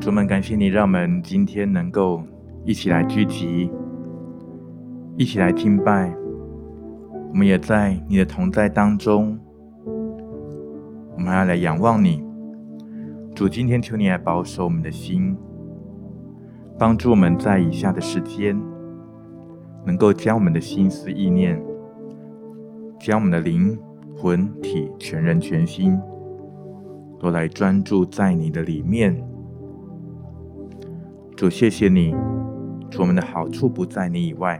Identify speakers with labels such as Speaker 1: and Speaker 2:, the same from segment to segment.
Speaker 1: 主们，感谢你让我们今天能够一起来聚集，一起来敬拜。我们也在你的同在当中，我们要来仰望你。主，今天求你来保守我们的心，帮助我们在以下的时间能够将我们的心思意念，将我们的灵魂体全人全心都来专注在你的里面。主，谢谢你，主，我们的好处不在你以外。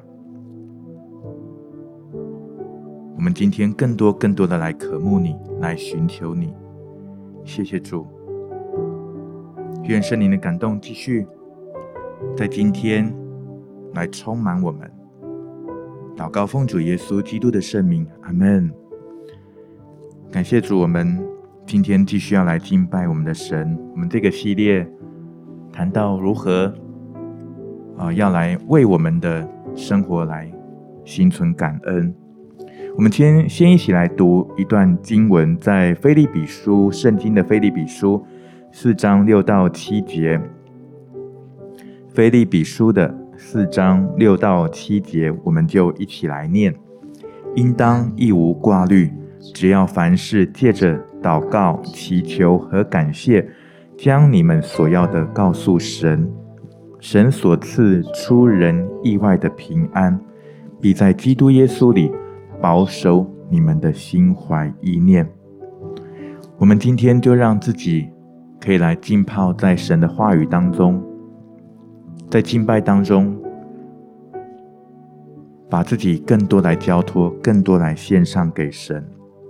Speaker 1: 我们今天更多的来渴慕你，来寻求你。谢谢主，愿圣灵的感动继续在今天来充满我们。祷告奉主耶稣基督的圣名，阿们。感谢主，我们今天继续要来敬拜我们的神。我们这个系列谈到如何要来为我们的生活来心存感恩。我们先一起来读一段经文，在腓立比书，圣经的腓立比书4章6到7节。腓立比书的4章6到7节，我们就一起来念。应当一无挂虑，只要凡事借着祷告、祈求和感谢，将你们所要的告诉神。神所赐出人意外的平安，必在基督耶稣里保守你们的心怀意念。我们今天就让自己可以来浸泡在神的话语当中，在敬拜当中，把自己更多来交托，更多来献上给神。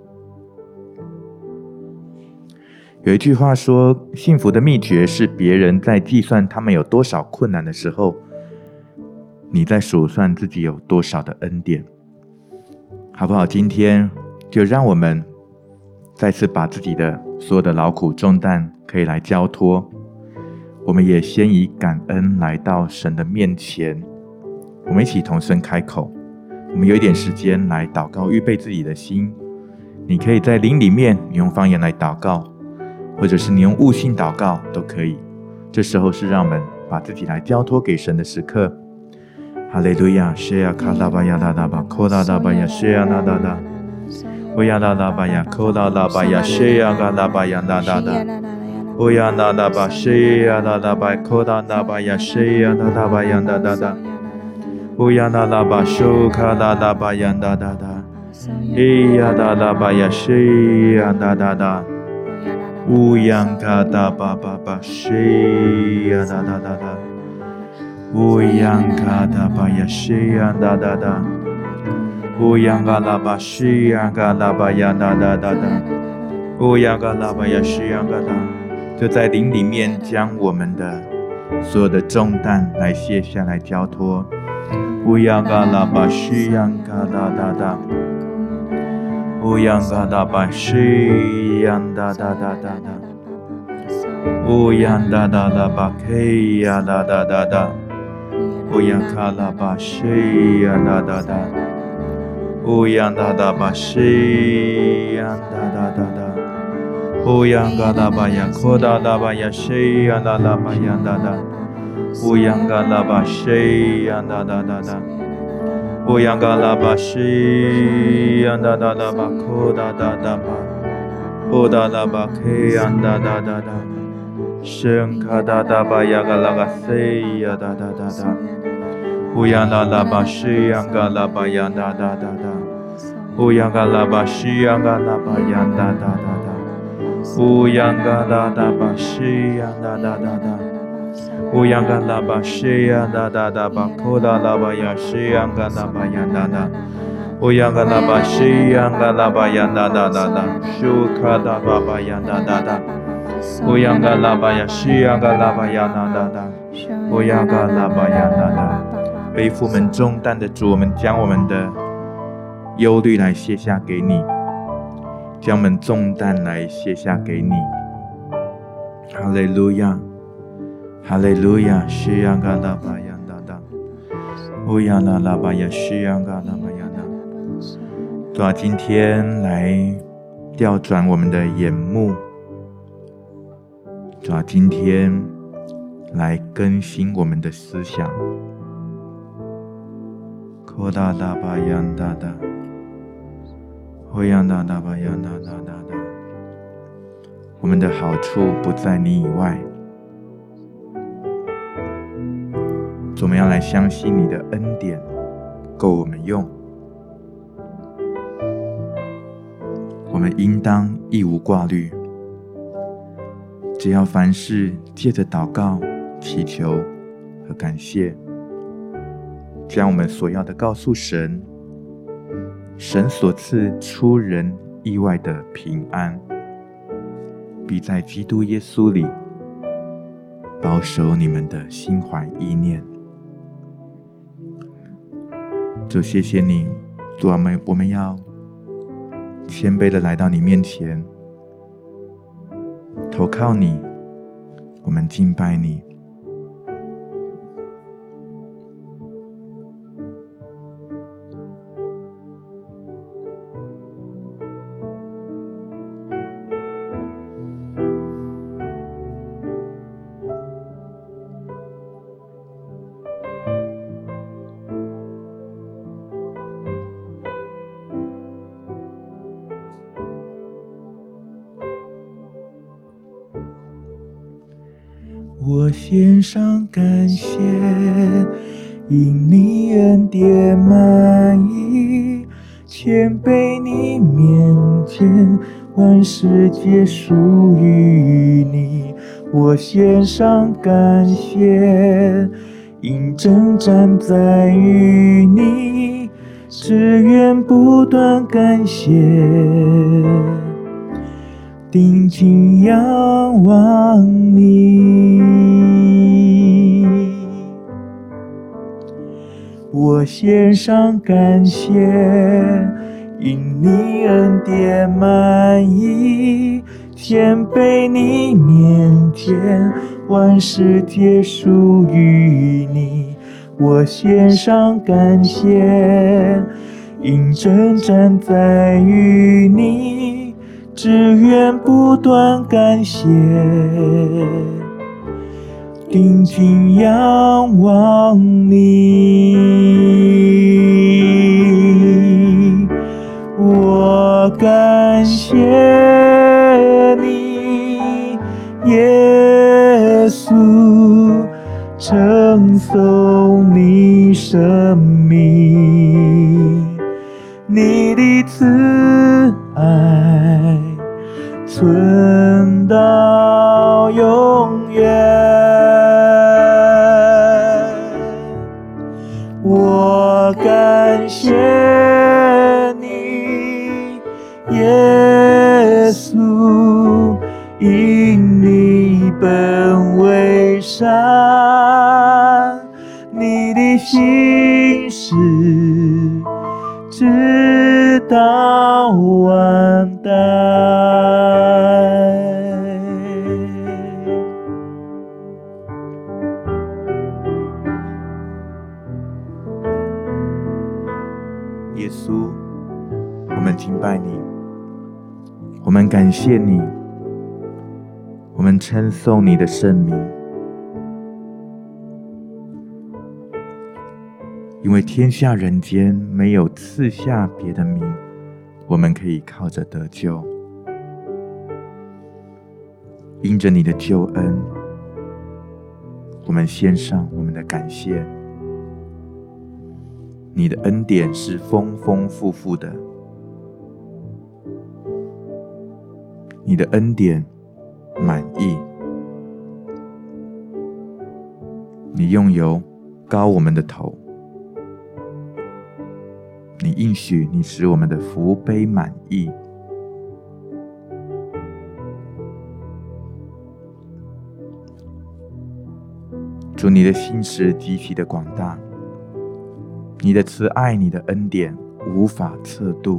Speaker 1: 有一句话说，幸福的秘诀是别人在计算他们有多少困难的时候，你在数算自己有多少的恩典。好不好？今天就让我们再次把自己的所有的劳苦重担可以来交托，我们也先以感恩来到神的面前，我们一起同声开口，我们有一点时间来祷告，预备自己的心。你可以在灵里面，你用方言来祷告，或者是你用悟性祷告都可以。这时候是让我们把自己来交托给神的时刻。哈利路亚，谢呀卡拉巴呀拉拉巴，科拉拉巴呀，谢呀拉拉拉，我呀拉拉巴呀，科拉拉巴呀，谢呀嘎拉巴呀拉拉拉，我呀拉拉巴，谢呀拉拉巴，科拉拉巴呀，谢呀拉拉巴呀拉拉拉，我呀拉拉巴，修卡拉拉巴呀拉拉拉，哎呀拉拉巴呀，谢呀拉拉拉，乌央卡达巴巴巴，谢呀拉拉拉拉。乌央卡达巴呀西呀哒哒哒，乌央嘎拉巴西呀嘎拉巴呀哒哒哒哒，乌央嘎拉巴呀西呀嘎拉，就在灵里面将我们的所有的重担来卸下来交托。乌央嘎拉巴西呀嘎拉哒哒，乌央嘎拉巴西呀哒哒哒哒哒，乌央哒哒哒巴 K 呀哒哒哒哒。乌央卡拉巴西呀哒哒哒，乌央哒哒巴西呀哒哒哒哒，乌央嘎拉巴呀科达拉巴呀西呀哒哒巴呀哒哒，乌央嘎拉巴西呀哒哒哒哒，乌央嘎拉巴西呀哒哒哒巴科达哒哒巴，科达拉巴 K 呀哒哒哒哒。圣卡达达巴呀嘎拉嘎塞呀哒哒哒哒，乌央拉拉巴西呀嘎拉巴呀哒哒哒哒，乌央嘎拉巴西呀嘎拉巴呀哒哒哒哒，乌央嘎拉达巴西呀哒哒哒哒，乌央嘎拉巴西呀哒哒哒巴科达拉巴呀西呀嘎拉巴呀哒哒，乌央嘎拉巴西呀嘎拉巴呀哒哒哒哒，苏卡达巴巴呀哒哒哒。乌央嘎拉巴呀西呀嘎拉巴呀那哒哒，乌央嘎拉巴呀那哒，背负们重担的主，我们将我们的忧虑来卸下给你，将我们重担来卸下给你。哈利路亚，哈利路亚，西呀嘎拉巴呀那哒，乌央拉拉巴呀西呀嘎拉巴呀那。主啊，今天来调转我们的眼目。主啊，今天来更新我们的思想。扩大大巴央大大，会央大大巴央大大大大。我们的好处不在你以外，我们要来相信你的恩典够我们用。我们应当一无挂虑，只要凡事借着祷告、祈求和感谢，将我们所要的告诉神，神所赐出人意外的平安，必在基督耶稣里保守你们的心怀意念。主，谢谢你，主啊，我们要谦卑的来到你面前，投靠你，我们敬拜你。我献上感谢，因你恩典满溢，谦卑你面前，万事皆属于你。我献上感谢，因征战在于你，只愿不断感谢，定睛仰望你。我献上感谢，因你恩典满溢，谦卑你面前，万事皆属于你。我献上感谢，因征战在于你，只愿不断感谢，定睛仰望你。我感谢你，耶稣，称颂你生命，你的慈爱存到永远。我感谢你，耶稣，因你本为善，你的心事直到万代。耶稣，我们敬拜你，我们感谢你，我们称颂你的圣名，因为天下人间没有赐下别的名，我们可以靠着得救。因着你的救恩，我们献上我们的感谢。你的恩典是丰丰富富的，你的恩典满溢，你用油膏我们的头，你应许你使我们的福杯满溢。主，你的信实极其的广大，你的慈爱，你的恩典无法测度。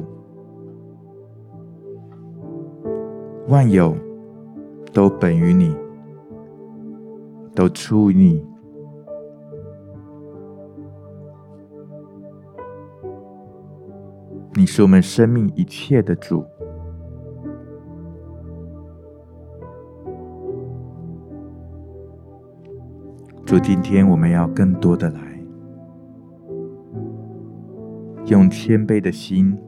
Speaker 1: 万有都本于你，都出于你。你是我们生命一切的主。 主，今天我们要更多的来，用谦卑的心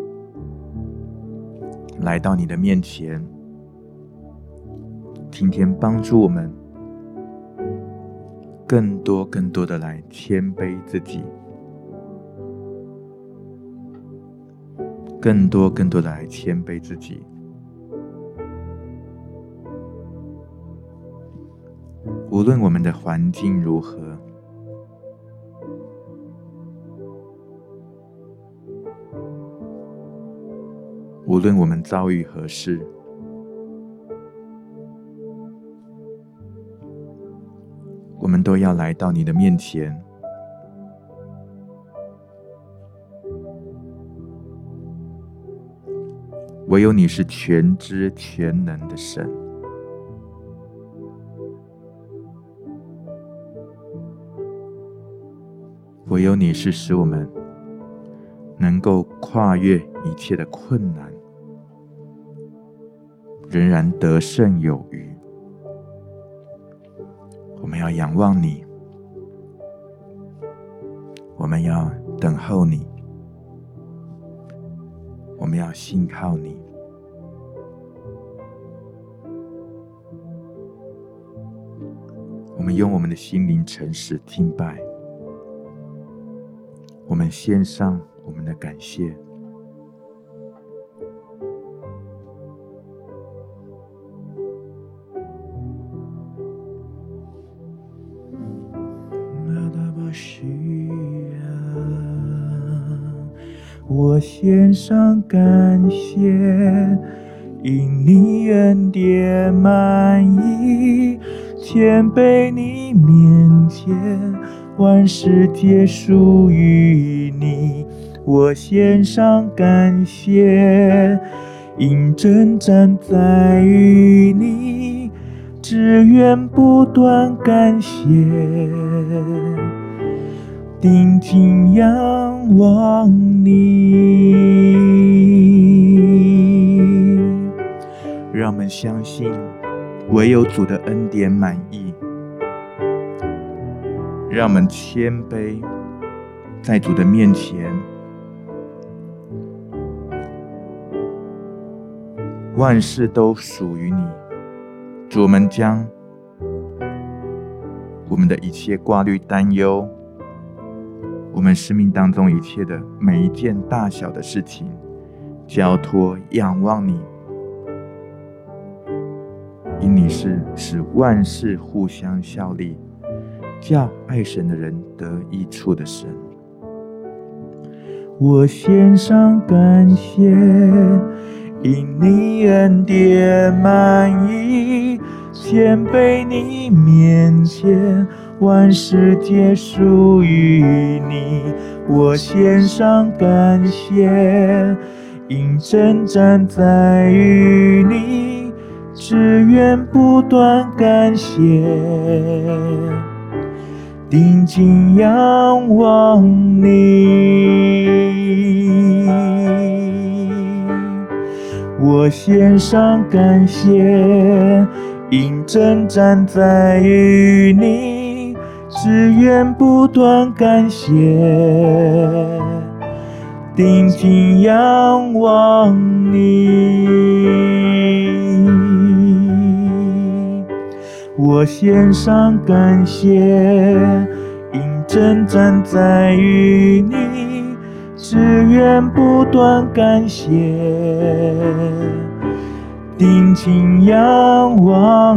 Speaker 1: 来到你的面前。今天帮助我们更多的来谦卑自己，更多的来谦卑自己。无论我们的环境如何，无论我们遭遇何事，我们都要来到你的面前，唯有你是全知全能的神，唯有你是使我们能够跨越一切的困难，仍然得胜有余。我们要仰望你，我们要等候你，我们要信靠你。我们用我们的心灵诚实敬拜，我们献上我们的感谢。我献上感谢，因你恩典满溢，谦卑你面前，万事皆属于你。我献上感谢，因征战在于你，只愿不断感谢，定睛仰望你。让我们相信，唯有主的恩典满溢。让我们谦卑在主的面前，万事都属于你。主，我们将我们的一切挂虑担忧，我们生命当中一切的每一件大小的事情，交托仰望你，因你是使万事互相效力，叫爱神的人得益处的神。我献上感谢，因你恩典满溢，谦卑你面前，万事皆属于你。我献上感谢，因征战在于你，只愿不断感谢，定睛仰望你。我献上感谢，因征战在于你，只愿不断感谢，定睛仰望你。我献上感谢，因征战在于你，只愿不断感谢，定睛仰望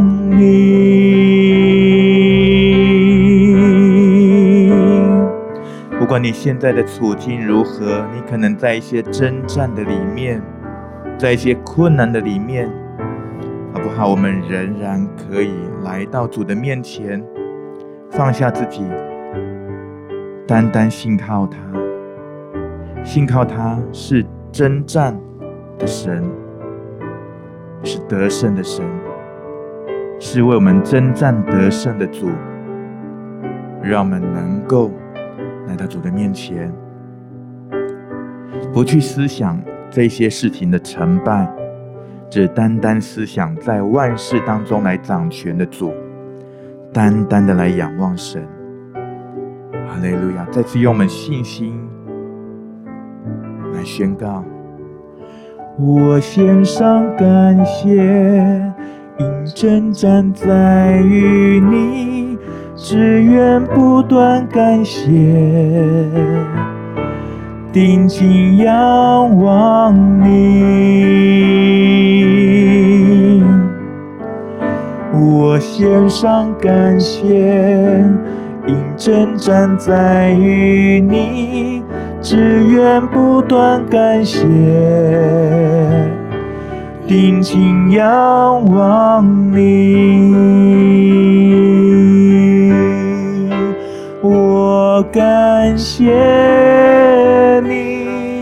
Speaker 1: 你。不管你现在的处境如何，你可能在一些征战的里面，在一些困难的里面，好不好？我们仍然可以来到主的面前，放下自己，单单信靠他，信靠他是征战的神，是得胜的神，是为我们征战得胜的主。让我们能够来到主的面前，不去思想这些事情的成败，只单单思想在万事当中来掌权的主， 单单的来仰望神。哈利路亚！再次用我们信心来宣告：我献上感谢，因征战在于你，只愿不断感谢，定睛仰望你。我献上感谢，因征战在于你，只愿不断感谢，定睛仰望你。我感谢你，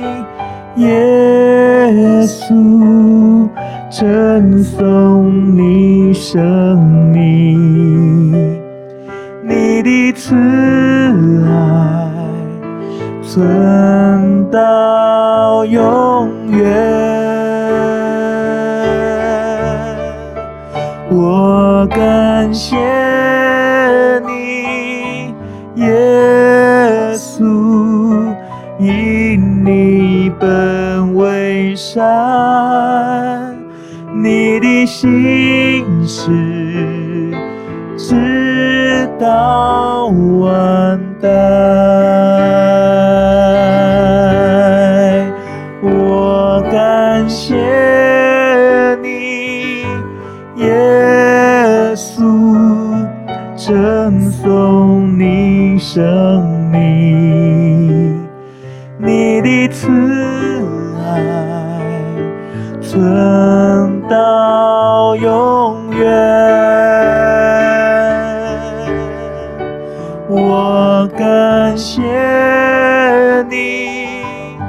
Speaker 1: 耶稣，称颂你生命，你的慈爱存到永远。我感谢你，耶稣，因你本为善，你的心事直到万代。我感谢你，耶稣，称颂你生命，你的慈爱存到永远。我感谢你，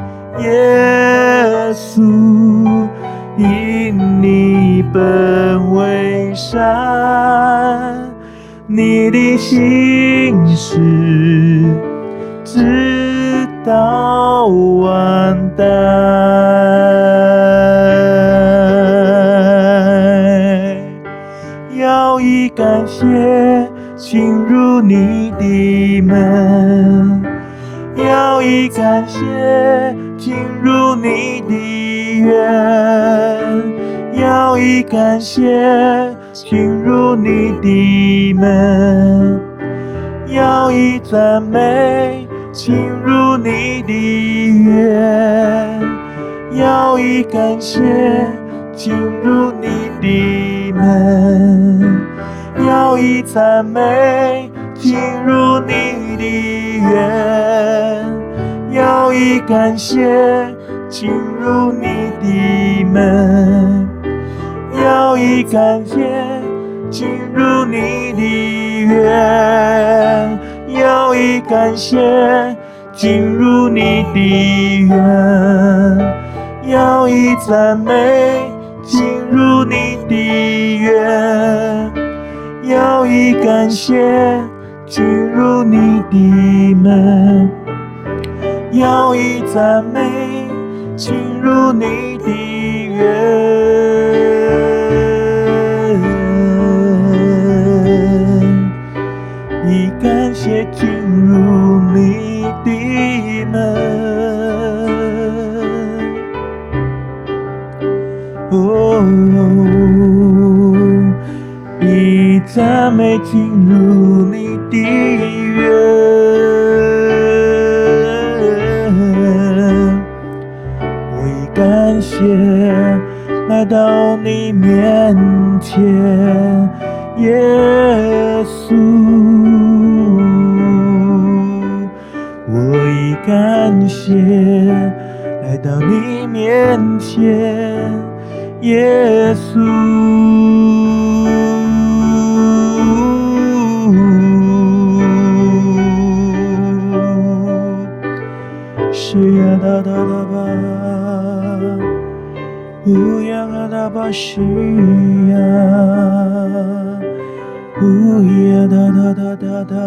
Speaker 1: 耶稣，因你本为善，你的心事直到万代。要以感谢进入你的门，要以感谢进入你的院，要以感谢进入你的门，要以赞美进入你的院，要以感谢进入你的门，要以赞美进入你的院，要以感谢进入你的门，要以感谢进入你的院，要以感谢进入你的院，要以赞美进入你的院，要以感谢进入你的门，要以赞美进入你的院，以感谢进入你的门。哦，以赞美进入你的院，我以感谢来到你面前，耶稣，我以感谢来到你面前，耶稣。是呀哒哒哒吧，乌呀哒吧是呀，乌呀哒哒哒哒哒，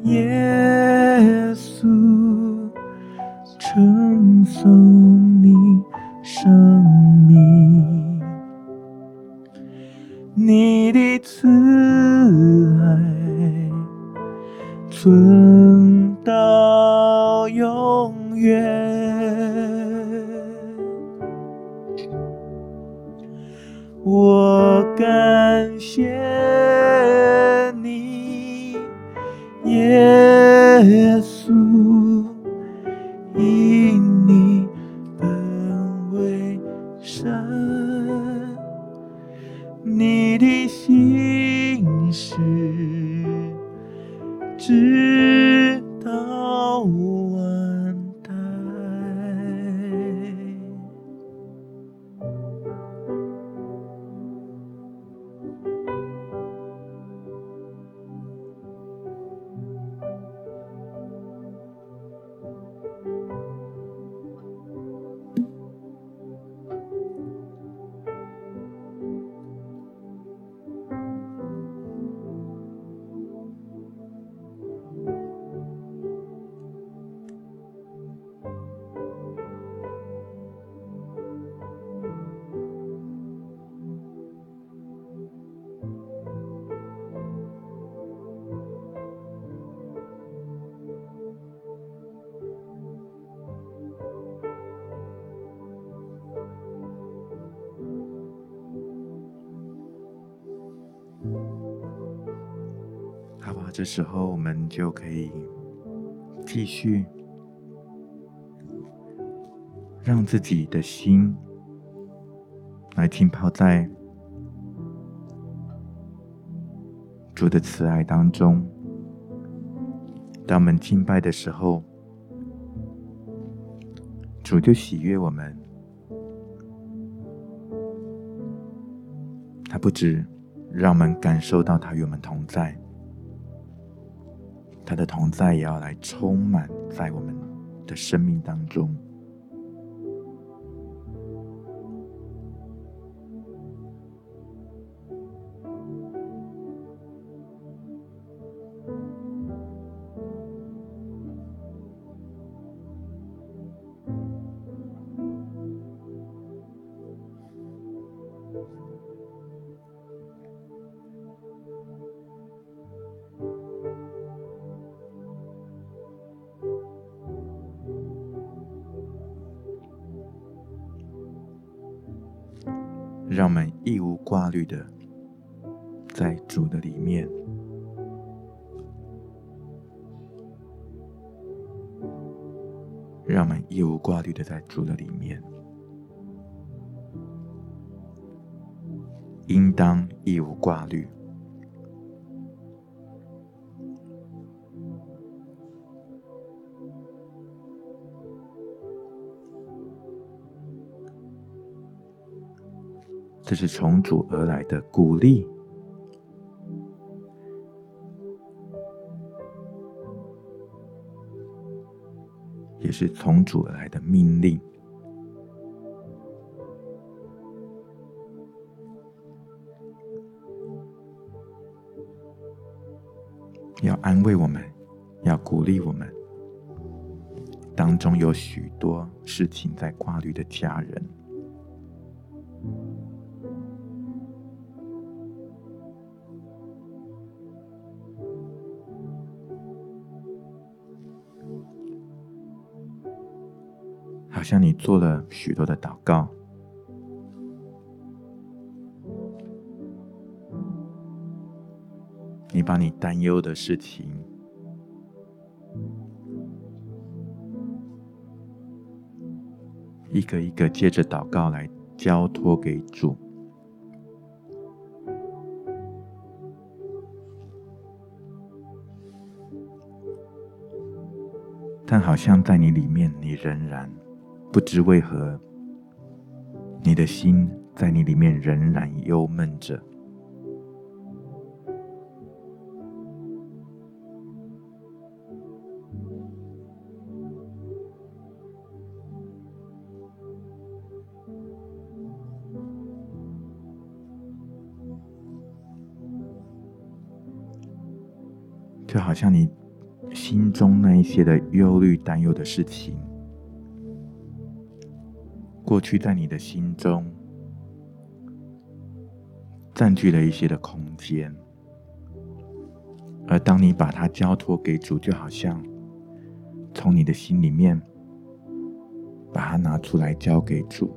Speaker 1: 耶稣，称颂你生命，你的慈爱存到永远。我感谢你，耶稣，因你本为神，你的心事直到万代。好吧，这时候我们就可以继续让自己的心来浸泡在主的慈爱当中。当我们敬拜的时候，主就喜悦我们。他不只让我们感受到他与我们同在，他的同在也要来充满在我们的生命当中。让我们一无挂虑的在主的里面，让我们一无挂虑的在主的里面，应当一无挂虑。这是从主而来的鼓励，也是从主而来的命令。要安慰我们，要鼓励我们。当中有许多事情在挂虑的家人，好像你做了许多的祷告，你把你担忧的事情一个一个接着祷告来交托给主，但好像在你里面，你仍然不知为何，你的心在你里面仍然忧闷着。就好像你心中那一些的忧虑担忧的事情，过去在你的心中占据了一些的空间，而当你把它交托给主，就好像从你的心里面把它拿出来交给主，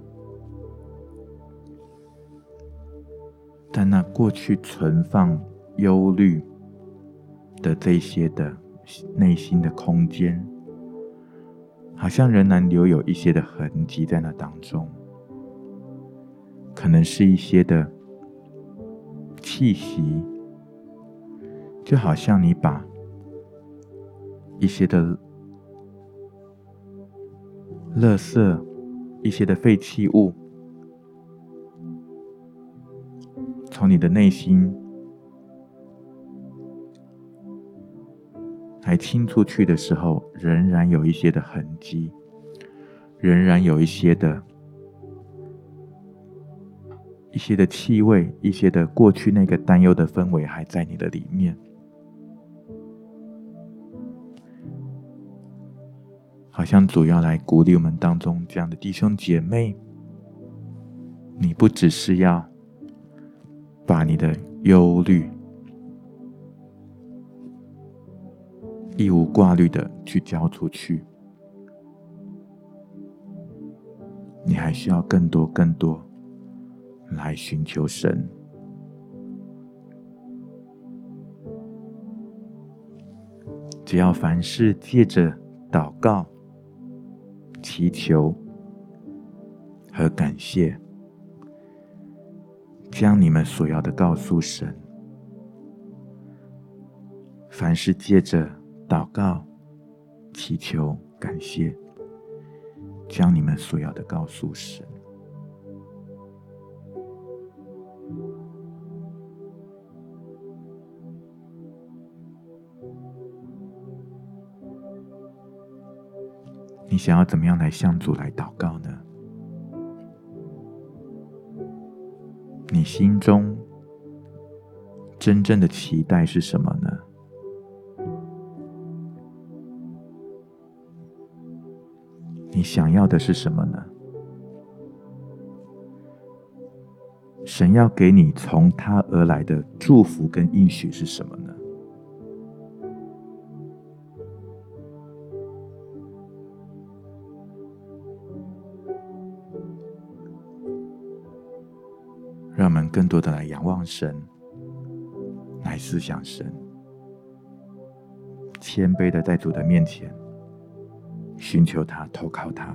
Speaker 1: 但那过去存放忧虑的这些的内心的空间，好像仍然留有一些的痕迹在那当中，可能是一些的气息，就好像你把一些的垃圾、一些的废弃物从你的内心还清出去的时候，仍然有一些的痕迹，仍然有一些的气味，一些的过去那个担忧的氛围还在你的里面。好像主要来鼓励我们当中这样的弟兄姐妹，你不只是要把你的忧虑一无挂虑的去交出去，你还需要更多来寻求神。只要凡事借着祷告、祈求和感谢，将你们所要的告诉神。凡事借着祷告、祈求、感谢，将你们所要的告诉神。你想要怎么样来向主来祷告呢？你心中真正的期待是什么呢？你想要的是什么呢？神要给你从他而来的祝福跟应许是什么呢？让我们更多的来仰望神，来思想神，谦卑的在主的面前寻求他，投靠他。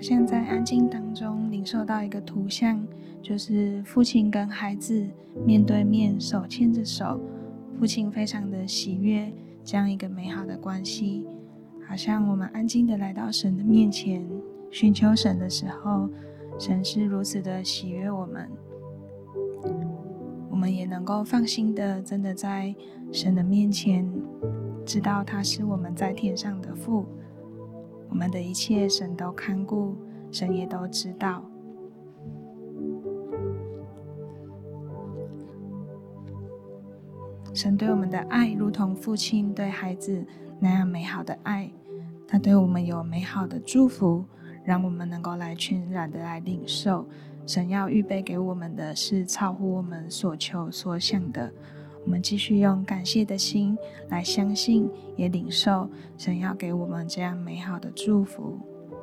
Speaker 2: 象在安静当中领受到一个图像，就是父亲跟孩子面对面，手牵着手，父亲非常的喜悦这样一个美好的关系。好像我们安静的来到神的面前，寻求神的时候，神是如此的喜悦我们，我们也能够放心的真的在神的面前，知道他是我们在天上的父，我们的一切神都看顾，神也都知道。神对我们的爱如同父亲对孩子那样美好的爱，他对我们有美好的祝福，让我们能够来全然的来领受。神要预备给我们的是超乎我们所求所想的，我们继续用感谢的心来相信，也领受神要给我们这样美好的祝福。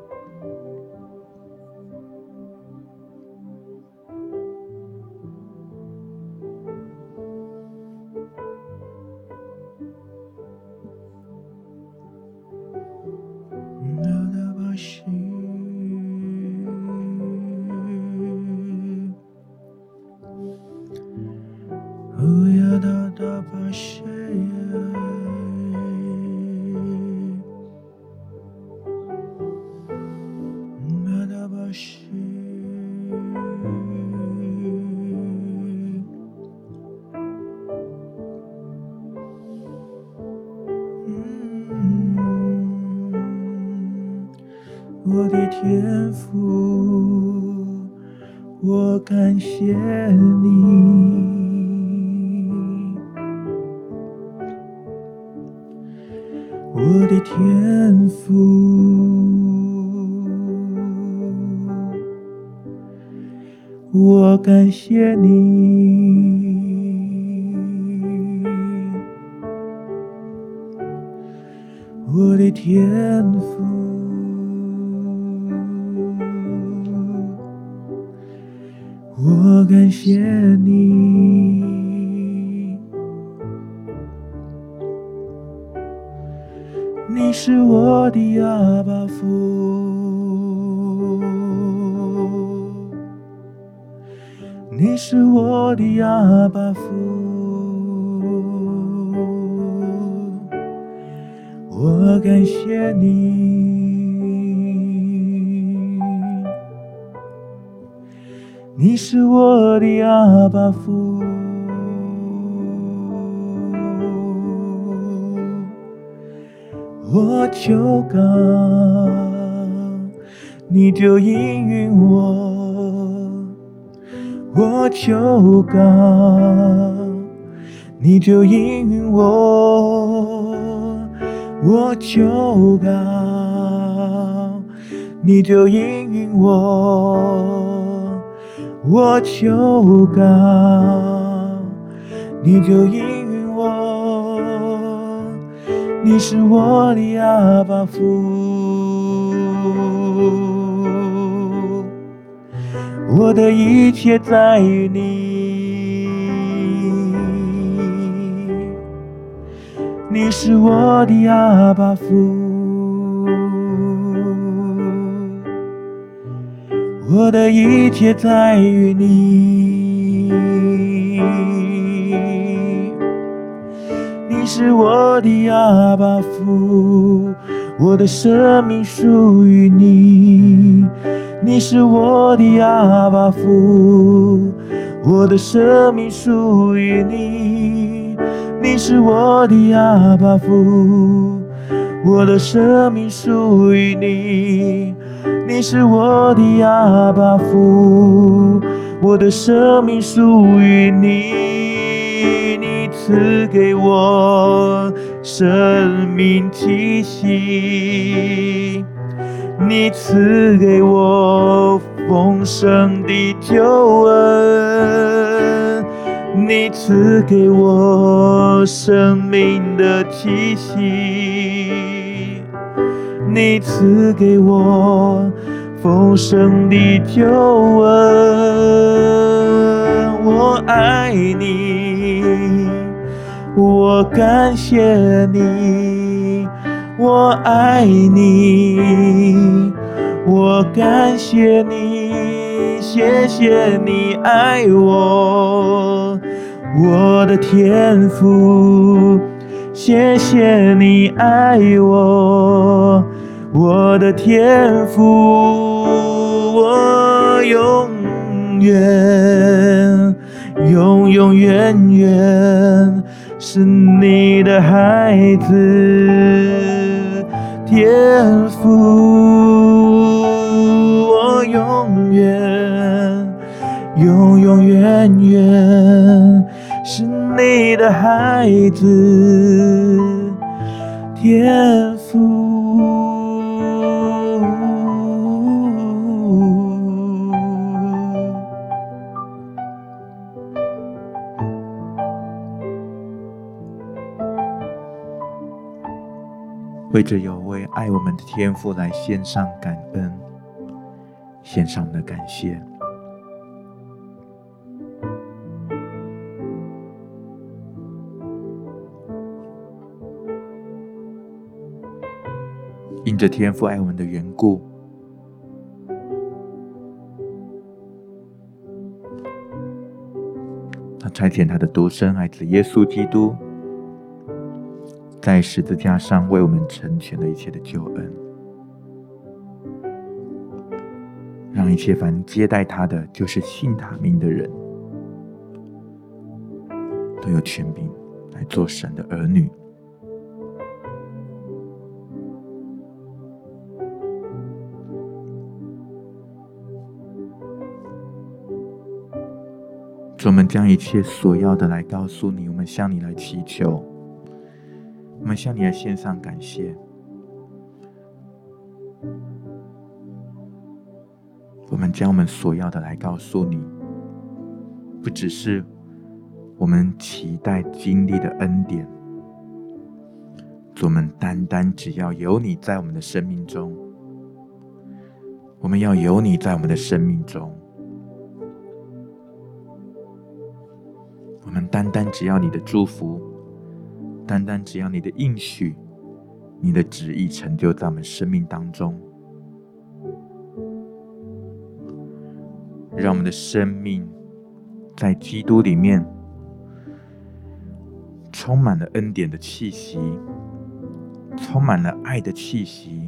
Speaker 1: 我的天父，我感谢你，我的天父，我感谢你，我的天父，我感谢你，你是我的阿爸父，你是我的阿爸父，我感谢你，你是我的阿爸父，我求告，你就应允我，我求告，你就应允我，我求告，你就应允我，我求告，你就应允我，你是我的阿爸父，我的一切在于你，你是我的阿爸父，我的一切在于你，你是我的阿爸父，我的生命属于你，你是我的阿爸父，我的生命属于你，你是我的阿爸父，我的生命属于你，你是我的阿爸父，我的生命属于你，你赐给我生命气息，你赐给我丰盛的救恩，你赐给我生命的气息，你赐给我丰盛的救恩，我爱你，我感谢你，我爱你， 我感谢你，谢谢你爱我，我的天父，谢谢你爱我，我的天父，我永远永远是你的孩子，天父，我永远永远是你的孩子，天父。为着有位爱我们的天父来献上感恩，献上我们的感谢。因着天父爱我们的缘故，他差遣他的独生爱子耶稣基督，在十字架上为我们成全了一切的救恩，让一切凡接待他的，就是信他名的人，都有权柄来做神的儿女。主，我们将一切所要的来告诉你，我们向你来祈求，我们向你来献上感谢。我们将我们所要的来告诉你，不只是我们期待经历的恩典，主，我们单单只要有你在我们的生命中，我们要有你在我们的生命中，我们单单只要你的祝福，单单只要你的应许，你的旨意成就在我们生命当中，让我们的生命在基督里面充满了恩典的气息，充满了爱的气息，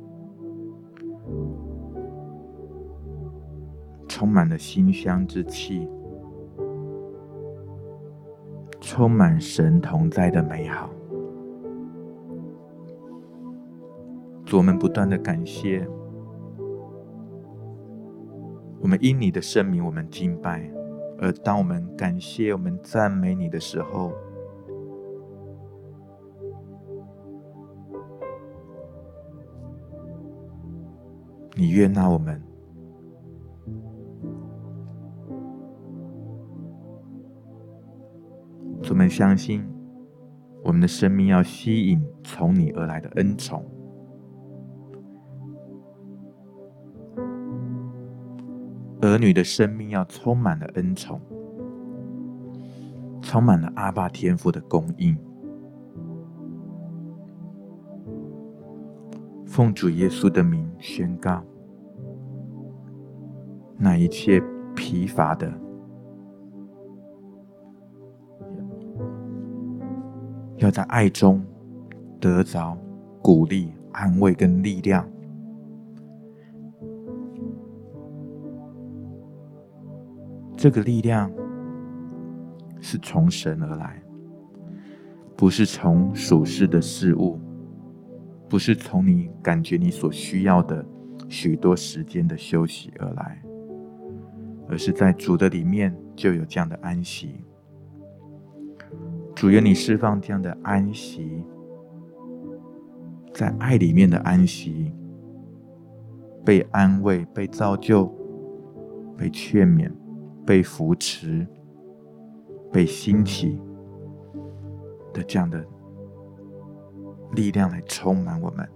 Speaker 1: 充满了馨香之气，充满神同在的美好。主，我们不断的感谢，我们因你的圣名我们敬拜，而当我们感谢我们赞美你的时候，你悦纳我们，主，我们相信我们的生命要吸引从你而来的恩宠，儿女的生命要充满了恩宠，充满了阿爸天父的供应。奉主耶稣的名宣告，那一切疲乏的，要在爱中得着鼓励、安慰跟力量。这个力量是从神而来，不是从属世的事物，不是从你感觉你所需要的许多时间的休息而来，而是在主的里面就有这样的安息。主，愿你释放这样的安息，在爱里面的安息，被安慰、被造就、被劝勉、被扶持、被兴起的这样的力量来充满我们。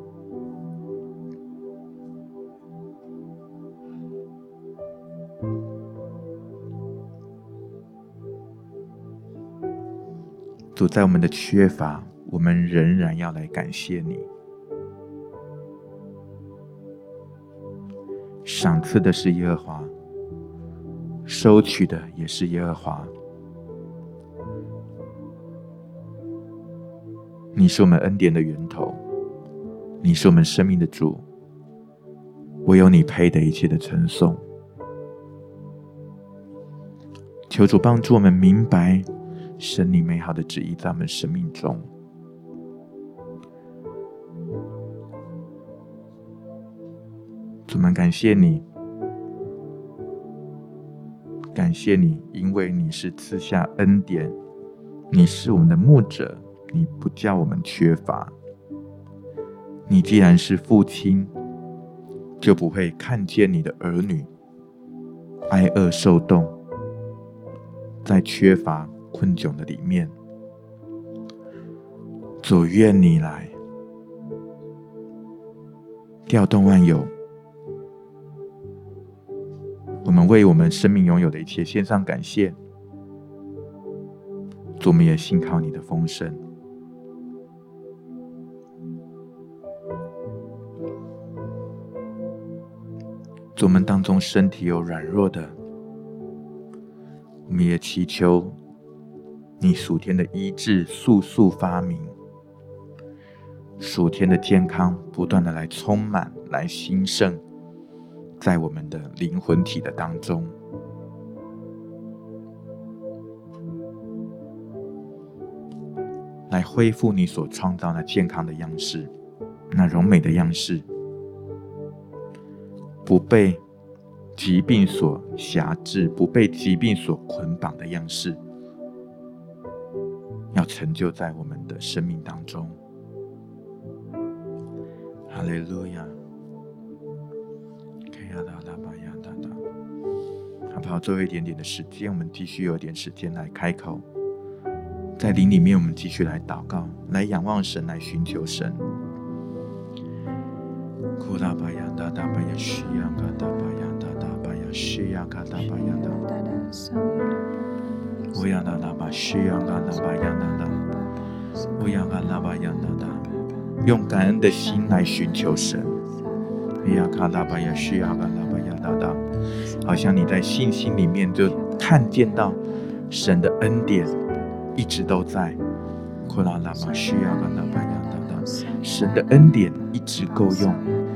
Speaker 1: 主，在我们的缺乏，我们仍然要来感谢你。 赏赐的是耶和华，收取的也是耶和华。你是我们恩典的源头，你是我们生命的主，唯有你配得一切的称颂。求主帮助我们明白神你美好的旨意在我们生命中。主们感谢你，感谢你，因为你是赐下恩典，你是我们的牧者，你不叫我们缺乏。你既然是父亲，就不会看见你的儿女挨饿受冻，在缺乏困窘的里面。主，愿你来调动万有，我们为我们生命拥有的一切献上感谢。主，我们也信靠你的丰盛。主，我们当中身体有软弱的，我们也祈求你属天的医治速速发明，属天的健康不断的来充满，来兴盛在我们的灵魂体的当中。来恢复你所创造的健康的样式，那柔美的样式，不被疾病所辖制，不被疾病所捆绑的样式，要成就在我们的生命当中。哈利路亚！好不好？最后一点点的时间，我们继续有点时间来开口，在灵里面，我们继续来祷告，来仰望神，来寻求神。用感恩的心来寻求神。好像你在信心里面就看见到神的恩典一直都在，神的恩典一直够用。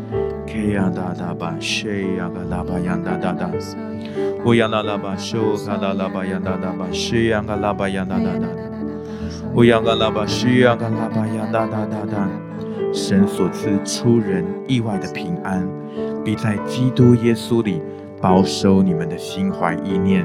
Speaker 1: 神所赐出人意外的平安，必在基督耶稣里保守你们的心怀意念。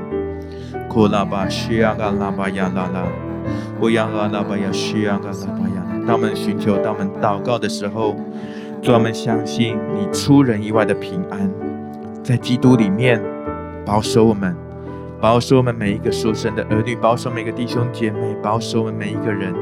Speaker 1: 当我们寻求，当我们祷告的时候，主，我们相信你出人意外的平安，在基督里面保守我们，保守我们每一个属神的儿女，保守每个弟兄姐妹，保守我们每一个人。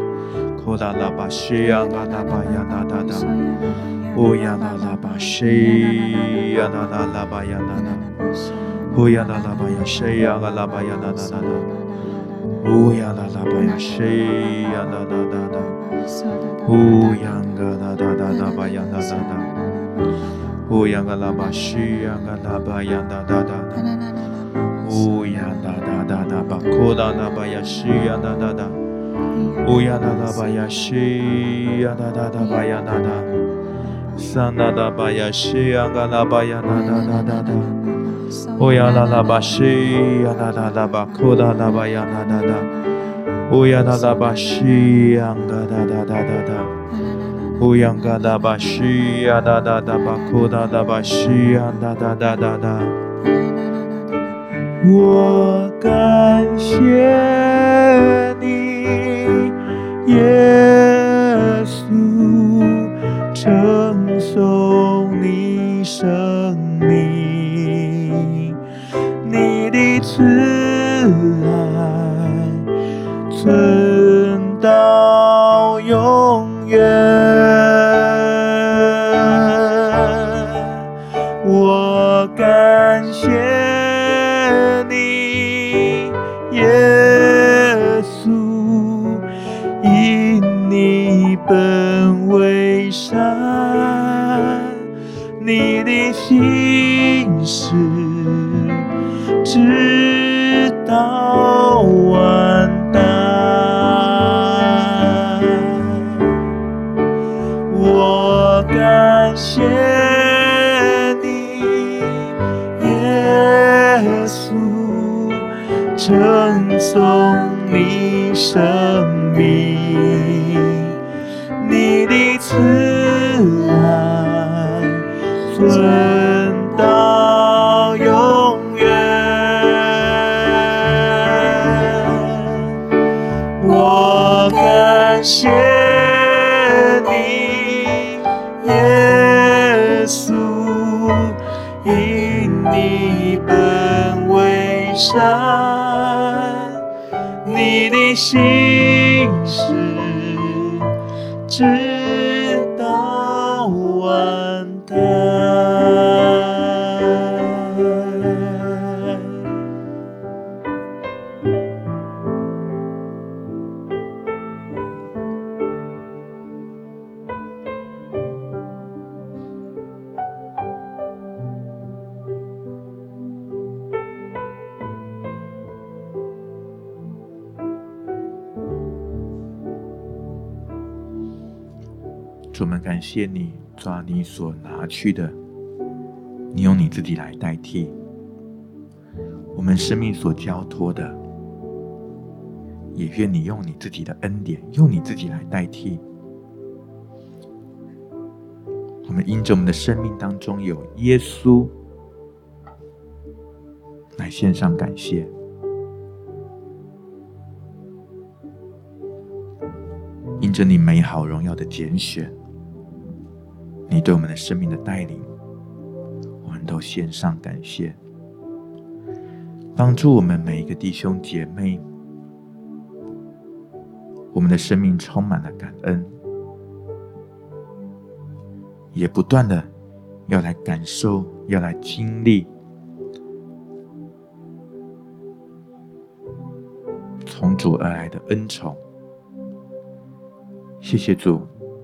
Speaker 1: 我感谢你，耶稣，称颂你生命，你的慈爱存到永远。我感谢你，耶稣，因你本为善，你的心颂你生命，你的慈爱存到永远。我感谢你，耶稣，因你本为善，你的心事直到完蛋。主，我们感谢你，主啊，你所拿去的，你用你自己来代替；我们生命所交托的，也愿你用你自己的恩典，用你自己来代替。我们因着我们的生命当中有耶稣，来献上感谢。因着你美好荣耀的拣选，你对我们的生命的带领，我们都献上感谢。帮助我们每一个弟兄姐妹，我们的生命充满了感恩，也不断的要来感受，要来经历从主而来的恩宠。谢谢主，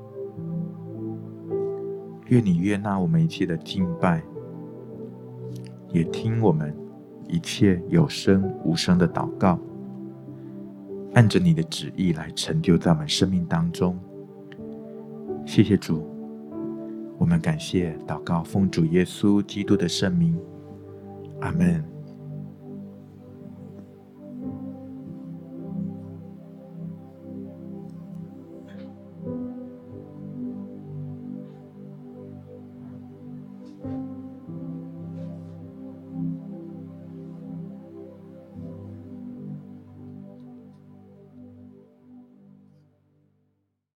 Speaker 1: 愿你悦纳我们一切的敬拜，也听我们一切有声无声的祷告，按着你的旨意来成就在我们生命当中。谢谢主，我们感谢祷告，奉主耶稣基督的圣名，阿们。